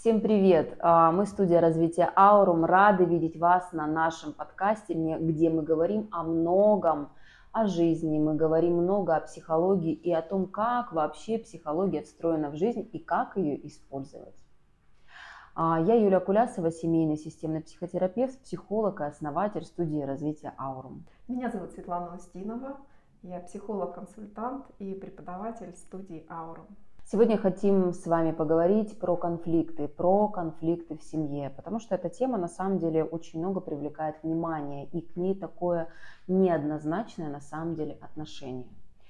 Всем привет! Мы студия развития Аурум. Рады видеть вас на нашем подкасте, где мы говорим о многом, о жизни. Мы говорим много о психологии и о том, как вообще психология встроена в жизнь и как ее использовать. Я Юлия Кулясова, семейный системный психотерапевт, психолог и основатель студии развития Аурум. Меня зовут Светлана Устинова, я психолог-консультант и преподаватель студии Аурум. Сегодня хотим с вами поговорить про конфликты в семье, потому что эта тема на самом деле очень много привлекает внимания, и к ней такое неоднозначное на самом деле отношение.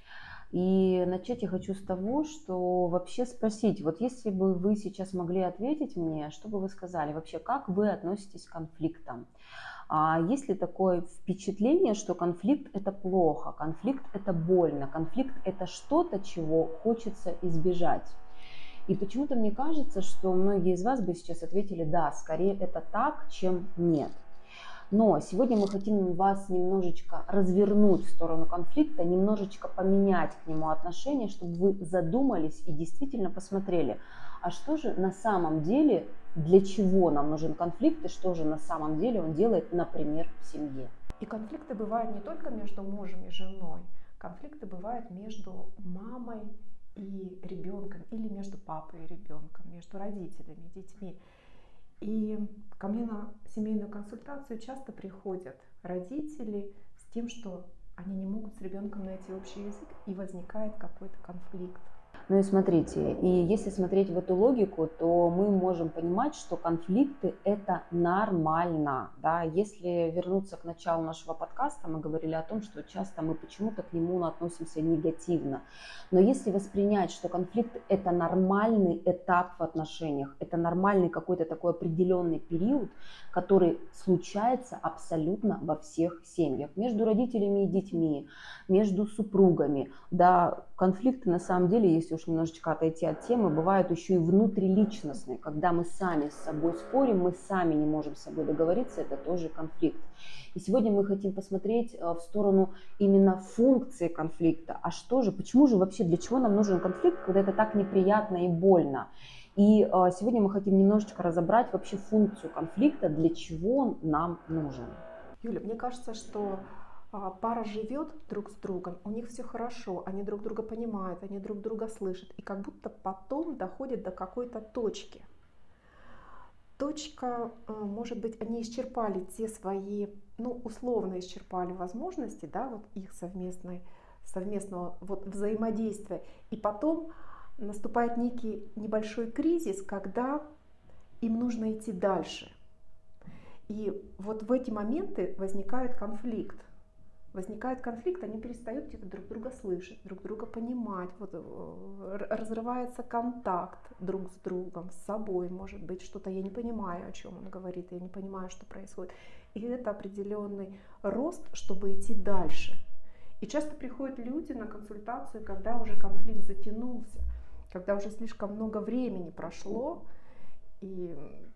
И начать я хочу с того, что вообще спросить, вот если бы вы сейчас могли ответить мне, что бы вы сказали вообще, как вы относитесь к конфликтам? Есть ли такое впечатление, что конфликт это плохо, конфликт это больно, конфликт это что-то, чего хочется избежать? И почему-то мне кажется, что многие из вас бы сейчас ответили, да, скорее это так, чем нет. Но сегодня мы хотим вас немножечко развернуть в сторону конфликта, немножечко поменять к нему отношение, чтобы вы задумались и действительно посмотрели, а что же на самом деле, для чего нам нужен конфликт и что же на самом деле он делает, например, в семье. И конфликты бывают не только между мужем и женой, конфликты бывают между мамой и ребенком или между папой и ребенком, между родителями и детьми. И ко мне на семейную консультацию часто приходят родители с тем, что они не могут с ребенком найти общий язык, и возникает какой-то конфликт. Ну и смотрите, и если смотреть в эту логику, то мы можем понимать, что конфликты это нормально. Да? Если вернуться к началу нашего подкаста, мы говорили о том, что часто мы почему-то к нему относимся негативно. Но если воспринять, что конфликт это нормальный этап в отношениях, это нормальный какой-то такой определенный период, который случается абсолютно во всех семьях, между родителями и детьми, между супругами, да, конфликты на самом деле, если уж немножечко отойти от темы, бывают еще и внутриличностные, когда мы сами с собой спорим, мы сами не можем с собой договориться, это тоже конфликт. И сегодня мы хотим посмотреть в сторону именно функции конфликта. А что же, почему же вообще, для чего нам нужен конфликт, когда это так неприятно и больно? И сегодня мы хотим немножечко разобрать вообще функцию конфликта, для чего он нам нужен. Юля, мне кажется, что пара живет друг с другом, у них все хорошо, они друг друга понимают, они друг друга слышат, и как будто потом доходит до какой-то точки. Точка, может быть, они исчерпали те свои, условно исчерпали возможности, да, вот их совместного вот взаимодействия, и потом наступает некий небольшой кризис, когда им нужно идти дальше. И вот в эти моменты возникает конфликт. Они перестают где-то друг друга слышать, друг друга понимать, разрывается контакт друг с другом, с собой, может быть, что-то я не понимаю, о чем он говорит, я не понимаю, что происходит. И это определенный рост, чтобы идти дальше. И часто приходят люди на консультацию, когда уже конфликт затянулся, когда уже слишком много времени прошло, и...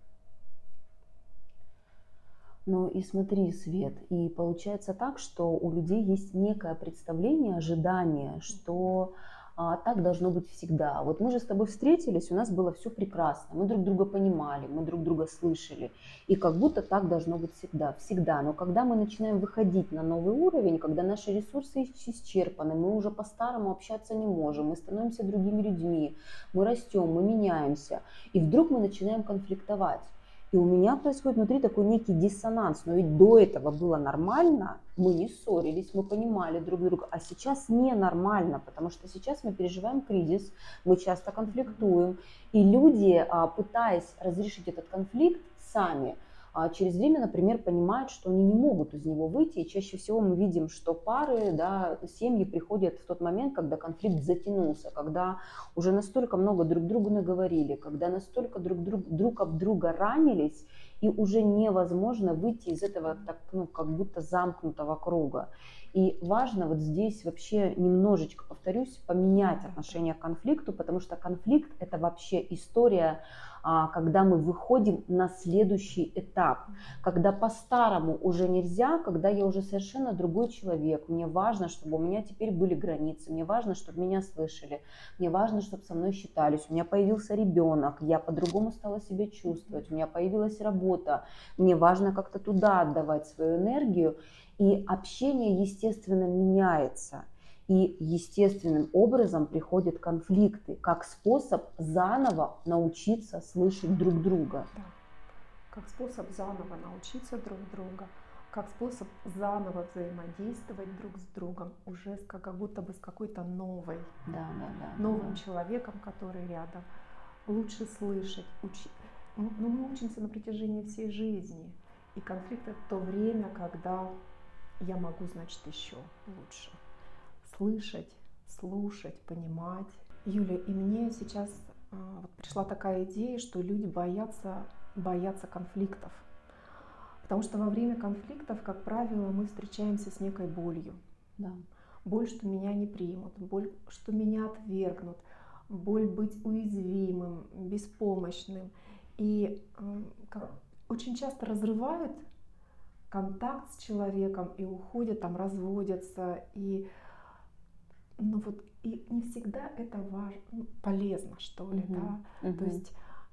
Ну и смотри, Свет, и получается так, что у людей есть некое представление, ожидание, что так должно быть всегда. Вот мы же с тобой встретились, у нас было все прекрасно, мы друг друга понимали, мы друг друга слышали, и как будто так должно быть всегда. Но когда мы начинаем выходить на новый уровень, когда наши ресурсы исчерпаны, мы уже по-старому общаться не можем, мы становимся другими людьми, мы растем, мы меняемся, и вдруг мы начинаем конфликтовать. И у меня происходит внутри такой некий диссонанс. Но ведь до этого было нормально, мы не ссорились, мы понимали друг друга. А сейчас ненормально, потому что сейчас мы переживаем кризис, мы часто конфликтуем. И люди, пытаясь разрешить этот конфликт сами, через время, например, понимают, что они не могут из него выйти. И чаще всего мы видим, что пары, да, семьи приходят в тот момент, когда конфликт затянулся, когда уже настолько много друг другу наговорили, когда настолько друг об друга ранились, и уже невозможно выйти из этого как будто замкнутого круга. И важно вот здесь вообще немножечко, повторюсь, поменять отношение к конфликту, потому что конфликт это вообще история когда мы выходим на следующий этап, когда по-старому уже нельзя, когда я уже совершенно другой человек. Мне важно, чтобы у меня теперь были границы, мне важно, чтобы меня слышали, мне важно, чтобы со мной считались. У меня появился ребенок, я по-другому стала себя чувствовать, у меня появилась работа, мне важно как-то туда отдавать свою энергию. И общение, естественно, меняется. И естественным образом приходят конфликты, как способ заново научиться слышать друг друга. Да. Как способ заново научиться друг друга, как способ заново взаимодействовать друг с другом, уже как будто бы с какой-то новым человеком, который рядом. Лучше слышать. Мы учимся на протяжении всей жизни. И конфликт — это то время, когда я могу, значит, еще лучше слышать, слушать, понимать. Юля, и мне сейчас вот пришла такая идея, что люди боятся конфликтов. Потому что во время конфликтов, как правило, мы встречаемся с некой болью. Да. Боль, что меня не примут, боль, что меня отвергнут, боль быть уязвимым, беспомощным. И очень часто разрывают контакт с человеком и уходят, там разводятся. И не всегда это полезно, что ли, да? То есть,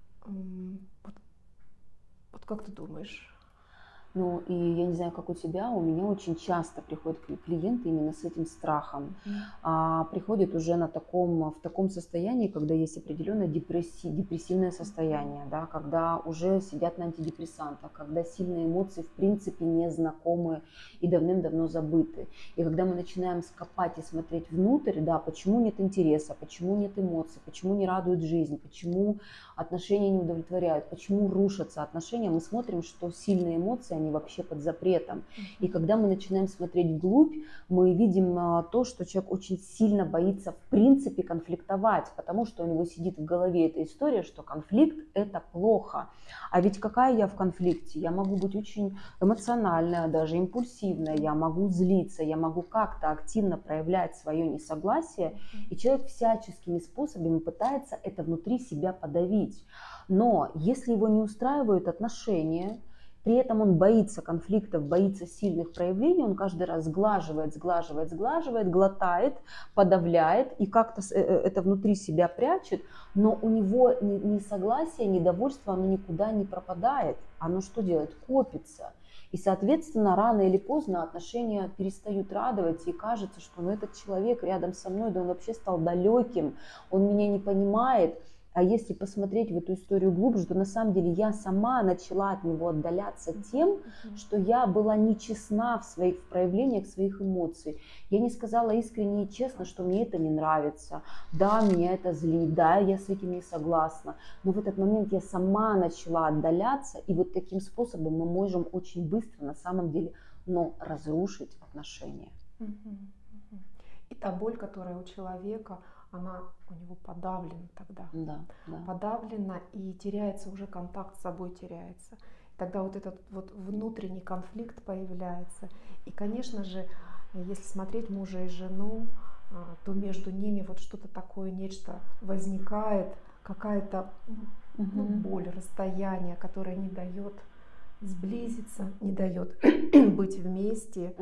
вот как ты думаешь? Ну, и я не знаю, как у тебя, у меня очень часто приходят клиенты именно с этим страхом. Приходят уже в таком состоянии, когда есть определенное депрессивное состояние, да, когда уже сидят на антидепрессантах, когда сильные эмоции в принципе не знакомы и давным-давно забыты. И когда мы начинаем скопать и смотреть внутрь, да, почему нет интереса, почему нет эмоций, почему не радует жизнь, почему отношения не удовлетворяют, почему рушатся отношения, мы смотрим, что сильные эмоции, они вообще под запретом. И когда мы начинаем смотреть вглубь, мы видим то, что человек очень сильно боится в принципе конфликтовать, потому что у него сидит в голове эта история, что конфликт – это плохо. А ведь какая я в конфликте? Я могу быть очень эмоциональная, даже импульсивная, я могу злиться, я могу как-то активно проявлять свое несогласие, и человек всяческими способами пытается это внутри себя подавить. Но если его не устраивают отношения, при этом он боится конфликтов, боится сильных проявлений, он каждый раз сглаживает, глотает, подавляет и как-то это внутри себя прячет, но у него несогласие, недовольство, оно никуда не пропадает. Оно что делает? Копится. И, соответственно, рано или поздно отношения перестают радовать, и кажется, что этот человек рядом со мной, да он вообще стал далеким, он меня не понимает. А если посмотреть в эту историю глубже, то на самом деле я сама начала от него отдаляться тем, что я была нечестна в проявлениях своих эмоций. Я не сказала искренне и честно, что мне это не нравится. Да, меня это злит, да, я с этим не согласна. Но в этот момент я сама начала отдаляться, и вот таким способом мы можем очень быстро на самом деле, разрушить отношения. И та боль, которая у человека, она у него подавлена тогда. Да. Подавлена, и теряется уже контакт с собой, теряется. Тогда вот этот вот внутренний конфликт появляется. И, конечно же, если смотреть мужа и жену, то между ними вот что-то такое, нечто возникает, какая-то боль, расстояние, которое не дает сблизиться, не дает быть вместе.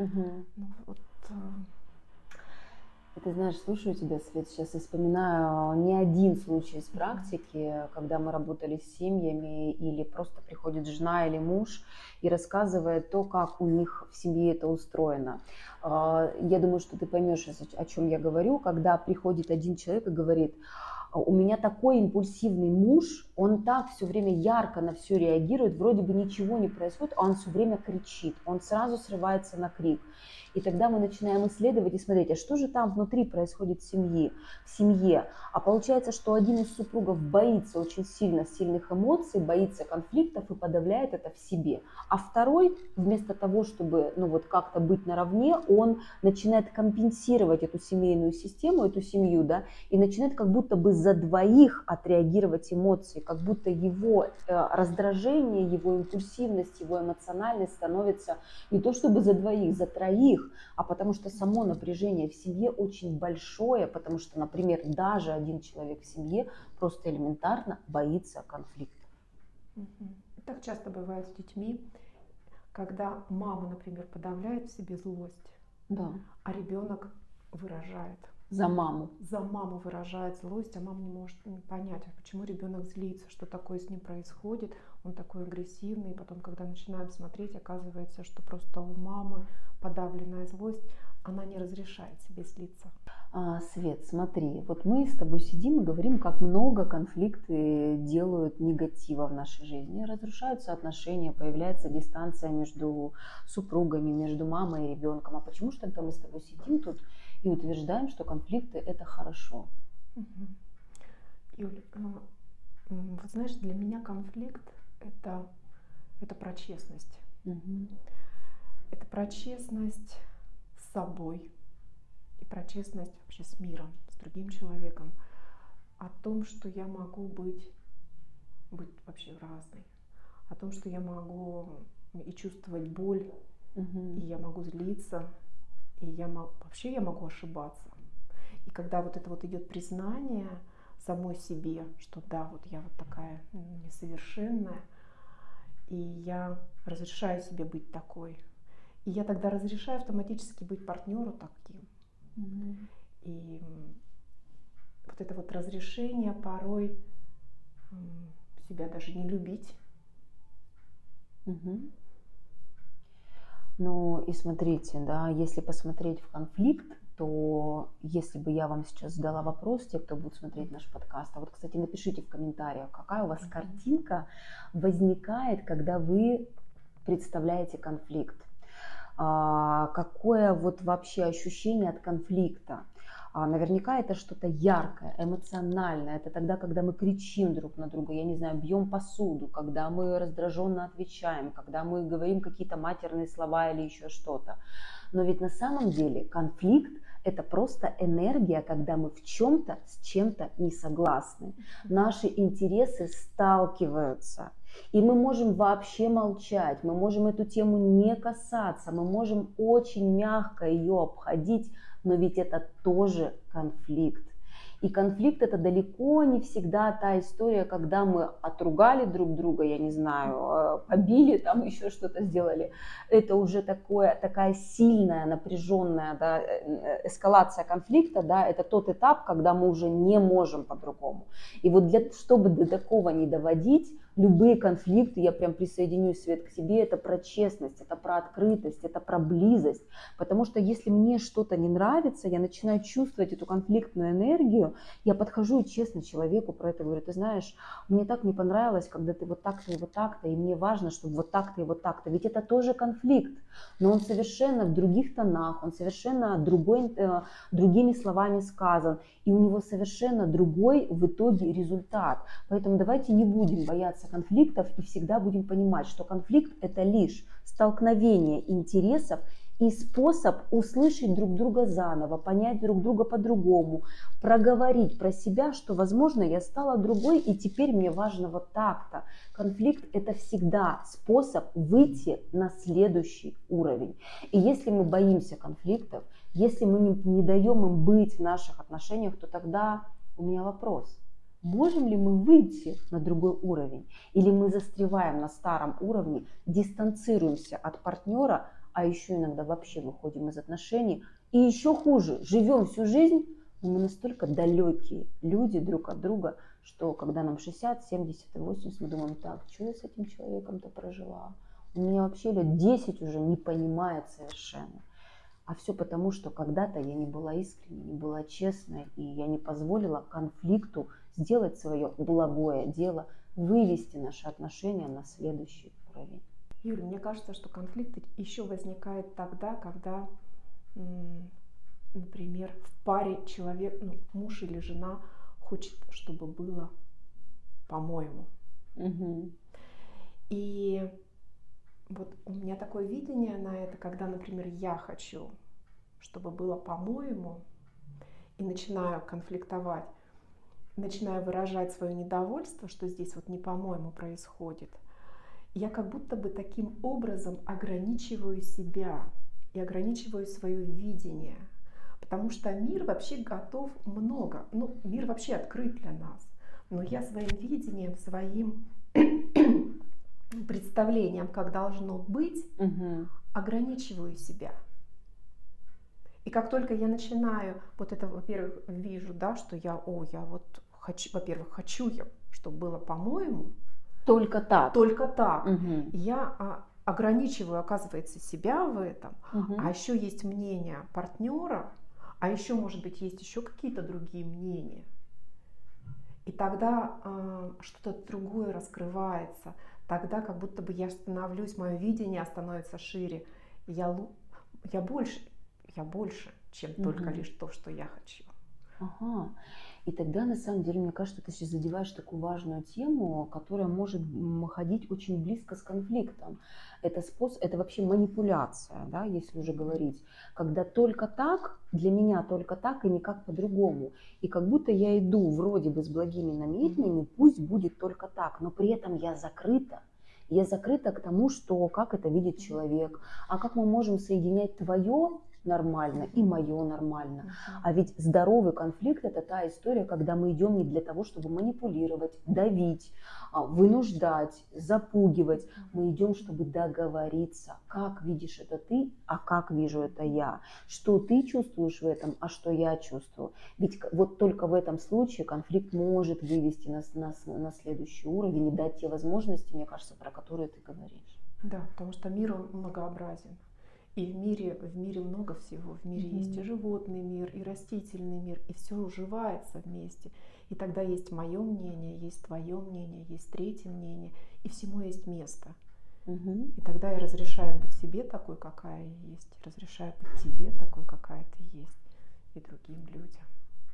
Ты знаешь, слушаю тебя, Свет, сейчас и вспоминаю не один случай из практики, когда мы работали с семьями, или просто приходит жена или муж и рассказывает то, как у них в семье это устроено. Я думаю, что ты поймешь, о чем я говорю, когда приходит один человек и говорит: у меня такой импульсивный муж, он так все время ярко на все реагирует, вроде бы ничего не происходит, а он все время кричит, он сразу срывается на крик. И тогда мы начинаем исследовать и смотреть, а что же там внутри происходит в семье. А получается, что один из супругов боится очень сильно сильных эмоций, боится конфликтов и подавляет это в себе. А второй, вместо того, чтобы как-то быть наравне, он начинает компенсировать эту семейную систему, эту семью, да, и начинает как будто бы за двоих отреагировать эмоции, как будто его раздражение, его импульсивность, его эмоциональность становится не то чтобы за двоих, за троих, а потому что само напряжение в семье очень большое, потому что, например, даже один человек в семье просто элементарно боится конфликта. Так часто бывает с детьми, когда мама, например, подавляет в себе злость, Да. а ребенок выражает. За маму. За маму выражает злость, а мама не может понять, почему ребенок злится, что такое с ним происходит, он такой агрессивный. И потом, когда начинаем смотреть, оказывается, что просто у мамы подавленная злость, она не разрешает себе злиться. Свет, смотри, вот мы с тобой сидим и говорим, как много конфликты делают негатива в нашей жизни. Разрушаются отношения, появляется дистанция между супругами, между мамой и ребенком. А почему же тогда мы с тобой сидим тут и утверждаем, что конфликты это хорошо? Юль, вот знаешь, для меня конфликт это про честность. Это про честность с собой. И про честность вообще с миром, с другим человеком. О том, что я могу быть вообще разной. О том, что я могу и чувствовать боль, и я могу злиться, и вообще я могу ошибаться. И когда вот это вот идет признание самой себе, что да, вот я вот такая несовершенная, и я разрешаю себе быть такой. И я тогда разрешаю автоматически быть партнеру таким. И вот это вот разрешение порой себя даже не любить. Ну и смотрите, да, если посмотреть в конфликт, то если бы я вам сейчас задала вопрос, те, кто будет смотреть наш подкаст, а вот, кстати, напишите в комментариях, какая у вас картинка возникает, когда вы представляете конфликт. Какое вот вообще ощущение от конфликта. Наверняка это что-то яркое, эмоциональное. Это тогда, когда мы кричим друг на друга, я не знаю, бьем посуду, когда мы раздраженно отвечаем, когда мы говорим какие-то матерные слова или еще что-то. Но ведь на самом деле конфликт – это просто энергия, когда мы в чем-то с чем-то не согласны. Наши интересы сталкиваются. И мы можем вообще молчать, мы можем эту тему не касаться, мы можем очень мягко ее обходить, но ведь это тоже конфликт. И конфликт это далеко не всегда та история, когда мы отругали друг друга, я не знаю, побили, там еще что-то сделали. Это уже такая сильная, напряженная, да, эскалация конфликта, да, это тот этап, когда мы уже не можем по-другому. И вот чтобы до такого не доводить, любые конфликты, я прям присоединюсь, Свет, к тебе, это про честность, это про открытость, это про близость. Потому что если мне что-то не нравится, я начинаю чувствовать эту конфликтную энергию, я подхожу и честно человеку про это говорю: ты знаешь, мне так не понравилось, когда ты вот так-то и вот так-то, и мне важно, чтобы вот так-то и вот так-то. Ведь это тоже конфликт, но он совершенно в других тонах, он совершенно другими словами сказан, и у него совершенно другой в итоге результат. Поэтому давайте не будем бояться конфликтов и всегда будем понимать, что конфликт это лишь столкновение интересов и способ услышать друг друга заново, понять друг друга по-другому, проговорить про себя, что, возможно, я стала другой и теперь мне важно вот так-то. Конфликт это всегда способ выйти на следующий уровень. И если мы боимся конфликтов, если мы не даем им быть в наших отношениях, то тогда у меня вопрос. Можем ли мы выйти на другой уровень? Или мы застреваем на старом уровне, дистанцируемся от партнера, а еще иногда вообще выходим из отношений. И еще хуже, живем всю жизнь, но мы настолько далекие люди друг от друга, что когда нам 60, 70 и 80, мы думаем: так, что я с этим человеком-то прожила? У меня вообще лет 10 уже не понимает совершенно. А все потому, что когда-то я не была искренней, не была честной, и я не позволила конфликту сделать свое благое дело, вывести наши отношения на следующий уровень. Юля, мне кажется, что конфликт еще возникает тогда, когда, например, в паре человек, муж или жена хочет, чтобы было по-моему. И вот у меня такое видение на это, когда, например, я хочу, чтобы было по-моему, и начинаю конфликтовать. начинаю выражать свое недовольство, что здесь вот не по-моему происходит, я как будто бы таким образом ограничиваю себя и ограничиваю свое видение. Потому что мир вообще готов много. Ну, мир вообще открыт для нас. Но я своим видением, своим представлением, как должно быть, ограничиваю себя. И как только я начинаю, вот это, во-первых, вижу, да, что я вот хочу, во-первых, хочу я, чтобы было по-моему. Только так. Только так. Я ограничиваю, оказывается, себя в этом. А еще есть мнение партнера, а еще, может быть, есть еще какие-то другие мнения. И тогда что-то другое раскрывается. Тогда как будто бы я становлюсь, мое видение становится шире. Я больше, чем только лишь то, что я хочу. Ага. И тогда, на самом деле, мне кажется, ты сейчас задеваешь такую важную тему, которая может ходить очень близко с конфликтом. Это вообще манипуляция, да, если уже говорить. Когда только так, для меня только так и никак по-другому. И как будто я иду вроде бы с благими намерениями, пусть будет только так, но при этом я закрыта. Я закрыта к тому, что как это видит человек. А как мы можем соединять твое нормально и мое нормально. А ведь здоровый конфликт — это та история, когда мы идем не для того, чтобы манипулировать, давить, вынуждать, запугивать. Мы идем, чтобы договориться, как видишь это ты, а как вижу это я. Что ты чувствуешь в этом, а что я чувствую. Ведь вот только в этом случае конфликт может вывести нас на следующий уровень и дать те возможности, мне кажется, про которые ты говоришь. Да, потому что мир, он многообразен. И в мире много всего. В мире есть и животный мир, и растительный мир, и все уживается вместе. И тогда есть мое мнение, есть твое мнение, есть третье мнение, и всему есть место. И тогда я разрешаю быть себе такой, какая я есть, разрешаю быть тебе такой, какая ты есть, и другим людям.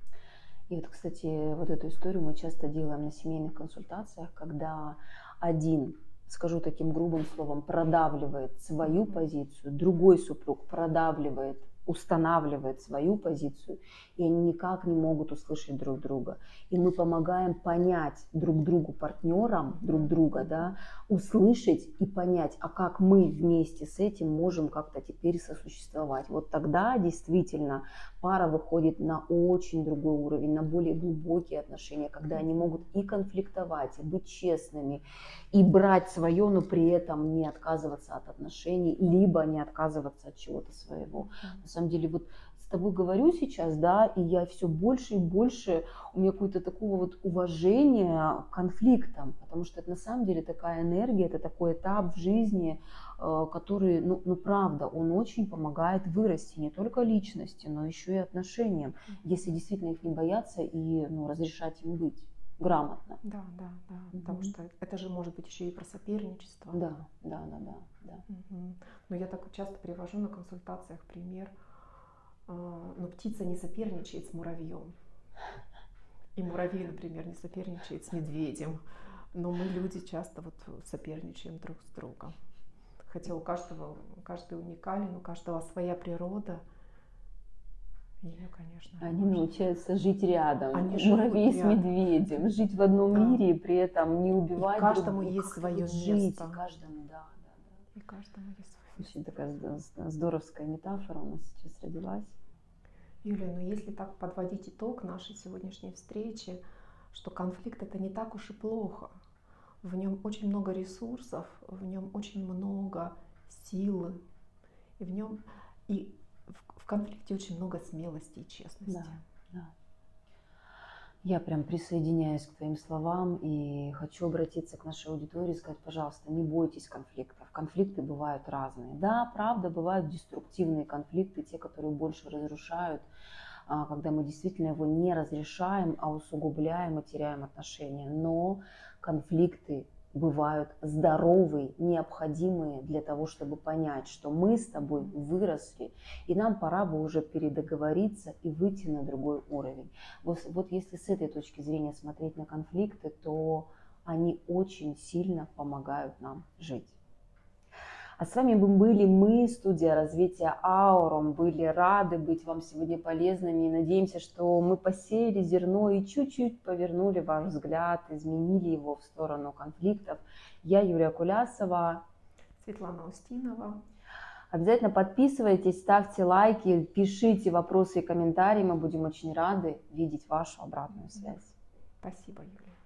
И вот, кстати, вот эту историю мы часто делаем на семейных консультациях, когда один, скажу таким грубым словом, продавливает свою позицию, другой супруг продавливает, устанавливает свою позицию, и они никак не могут услышать друг друга. И мы помогаем понять друг другу, партнерам друг друга, да, услышать и понять, а как мы вместе с этим можем как-то теперь сосуществовать. Вот тогда действительно пара выходит на очень другой уровень, на более глубокие отношения, когда они могут и конфликтовать, и быть честными, и брать свое, но при этом не отказываться от отношений, либо не отказываться от чего-то своего. На самом деле, вот с тобой говорю сейчас, да, и я все больше и больше, у меня какое-то такого вот уважения к конфликтам, потому что это на самом деле такая энергия, это такой этап в жизни, который, ну правда, он очень помогает вырасти не только личности, но еще и отношениям, если действительно их не бояться и разрешать им быть грамотно. Да. Потому что это же может быть еще и про соперничество. Да. Но я так часто привожу на консультациях пример. Но птица не соперничает с муравьем. И муравей, например, не соперничает с медведем. Но мы, люди, часто вот соперничаем друг с другом. Хотя каждый уникален, у каждого своя природа. Ее, конечно, они научаются жить рядом, муравей с медведем, жить в одном мире и при этом не убивать. И каждому есть свое место. И каждому, да. И каждому есть свое место. Очень такая здоровская метафора у нас сейчас родилась. Юлия, но если так подводить итог нашей сегодняшней встречи, что конфликт — это не так уж и плохо. В нем очень много ресурсов, в нем очень много силы, и в конфликте очень много смелости и честности. Да. Я прям присоединяюсь к твоим словам и хочу обратиться к нашей аудитории и сказать, пожалуйста, не бойтесь конфликтов. Конфликты бывают разные. Да, правда, бывают деструктивные конфликты, те, которые больше разрушают, когда мы действительно его не разрешаем, а усугубляем и теряем отношения. Но конфликты бывают здоровые, необходимые для того, чтобы понять, что мы с тобой выросли, и нам пора бы уже передоговориться и выйти на другой уровень. Вот если с этой точки зрения смотреть на конфликты, то они очень сильно помогают нам жить. А с вами были мы, студия развития Аурум. Были рады быть вам сегодня полезными и надеемся, что мы посеяли зерно и чуть-чуть повернули ваш взгляд, изменили его в сторону конфликтов. Я Юлия Кулясова. Светлана Устинова. Обязательно подписывайтесь, ставьте лайки, пишите вопросы и комментарии. Мы будем очень рады видеть вашу обратную связь. Спасибо, Юлия.